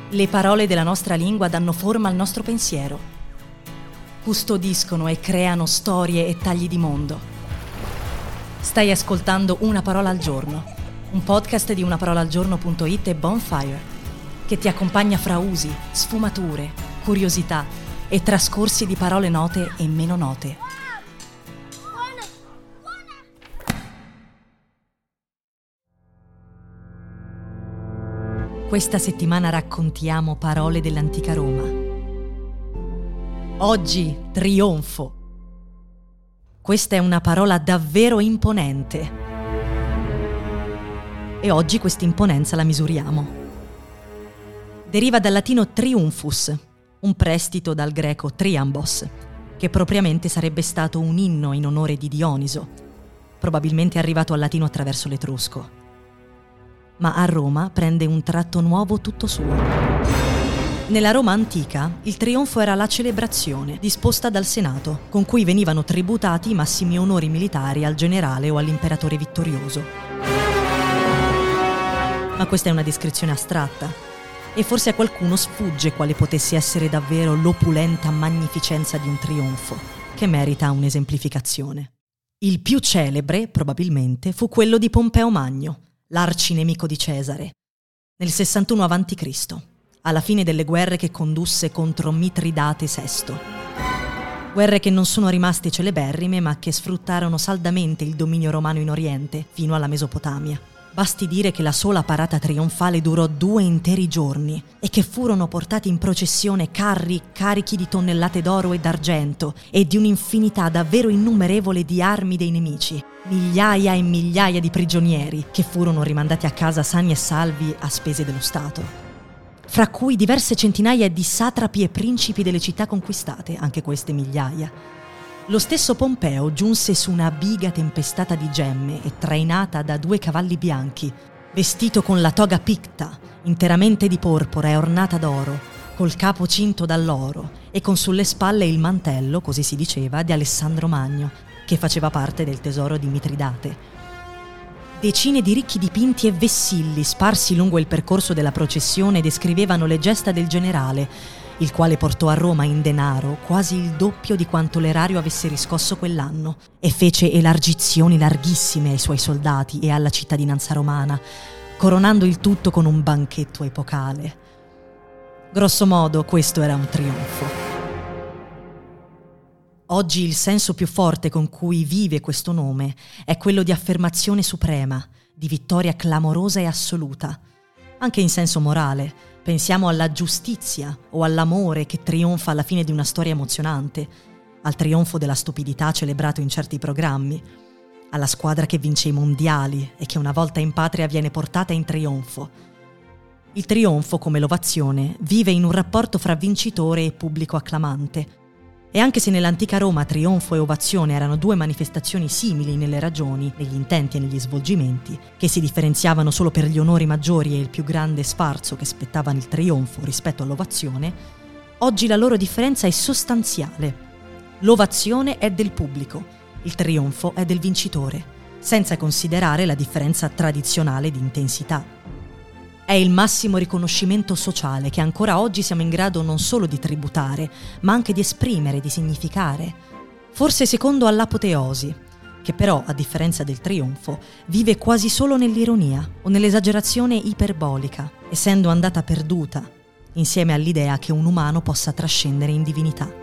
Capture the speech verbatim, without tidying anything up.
Le parole della nostra lingua danno forma al nostro pensiero, custodiscono e creano storie e tagli di mondo. Stai ascoltando Una parola al giorno, un podcast di unaparolaalgiorno punto it e Bonfire, che ti accompagna fra usi, sfumature, curiosità e trascorsi di parole note e meno note. Questa settimana raccontiamo parole dell'antica Roma. Oggi trionfo. Questa è una parola davvero imponente. E oggi questa imponenza la misuriamo. Deriva dal latino triumphus, un prestito dal greco triambos, che propriamente sarebbe stato un inno in onore di Dioniso, probabilmente arrivato al latino attraverso l'etrusco. Ma a Roma prende un tratto nuovo tutto suo. Nella Roma antica, il trionfo era la celebrazione disposta dal Senato, con cui venivano tributati i massimi onori militari al generale o all'imperatore vittorioso. Ma questa è una descrizione astratta, e forse a qualcuno sfugge quale potesse essere davvero l'opulenta magnificenza di un trionfo, che merita un'esemplificazione. Il più celebre, probabilmente, fu quello di Pompeo Magno, l'arcinemico di Cesare, nel sessantuno avanti Cristo, alla fine delle guerre che condusse contro Mitridate sesto. Guerre che non sono rimaste celeberrime, ma che sfruttarono saldamente il dominio romano in Oriente, fino alla Mesopotamia. Basti dire che la sola parata trionfale durò due interi giorni e che furono portati in processione carri carichi di tonnellate d'oro e d'argento e di un'infinità davvero innumerevole di armi dei nemici, migliaia e migliaia di prigionieri che furono rimandati a casa sani e salvi a spese dello Stato, fra cui diverse centinaia di satrapi e principi delle città conquistate, anche queste migliaia. Lo stesso Pompeo giunse su una biga tempestata di gemme e trainata da due cavalli bianchi, vestito con la toga picta, interamente di porpora e ornata d'oro, col capo cinto dall'oro e con sulle spalle il mantello, così si diceva, di Alessandro Magno, che faceva parte del tesoro di Mitridate. Decine di ricchi dipinti e vessilli sparsi lungo il percorso della processione descrivevano le gesta del generale, il quale portò a Roma in denaro quasi il doppio di quanto l'erario avesse riscosso quell'anno e fece elargizioni larghissime ai suoi soldati e alla cittadinanza romana, coronando il tutto con un banchetto epocale. Grosso modo, questo era un trionfo. Oggi il senso più forte con cui vive questo nome è quello di affermazione suprema, di vittoria clamorosa e assoluta, anche in senso morale. Pensiamo alla giustizia o all'amore che trionfa alla fine di una storia emozionante, al trionfo della stupidità celebrato in certi programmi, alla squadra che vince i mondiali e che una volta in patria viene portata in trionfo. Il trionfo, come l'ovazione, vive in un rapporto fra vincitore e pubblico acclamante. E anche se nell'antica Roma trionfo e ovazione erano due manifestazioni simili nelle ragioni, negli intenti e negli svolgimenti, che si differenziavano solo per gli onori maggiori e il più grande sfarzo che spettavano il trionfo rispetto all'ovazione, oggi la loro differenza è sostanziale. L'ovazione è del pubblico, il trionfo è del vincitore, senza considerare la differenza tradizionale di intensità. È il massimo riconoscimento sociale che ancora oggi siamo in grado non solo di tributare, ma anche di esprimere, di significare. Forse secondo all'apoteosi, che però, a differenza del trionfo, vive quasi solo nell'ironia o nell'esagerazione iperbolica, essendo andata perduta, insieme all'idea che un umano possa trascendere in divinità.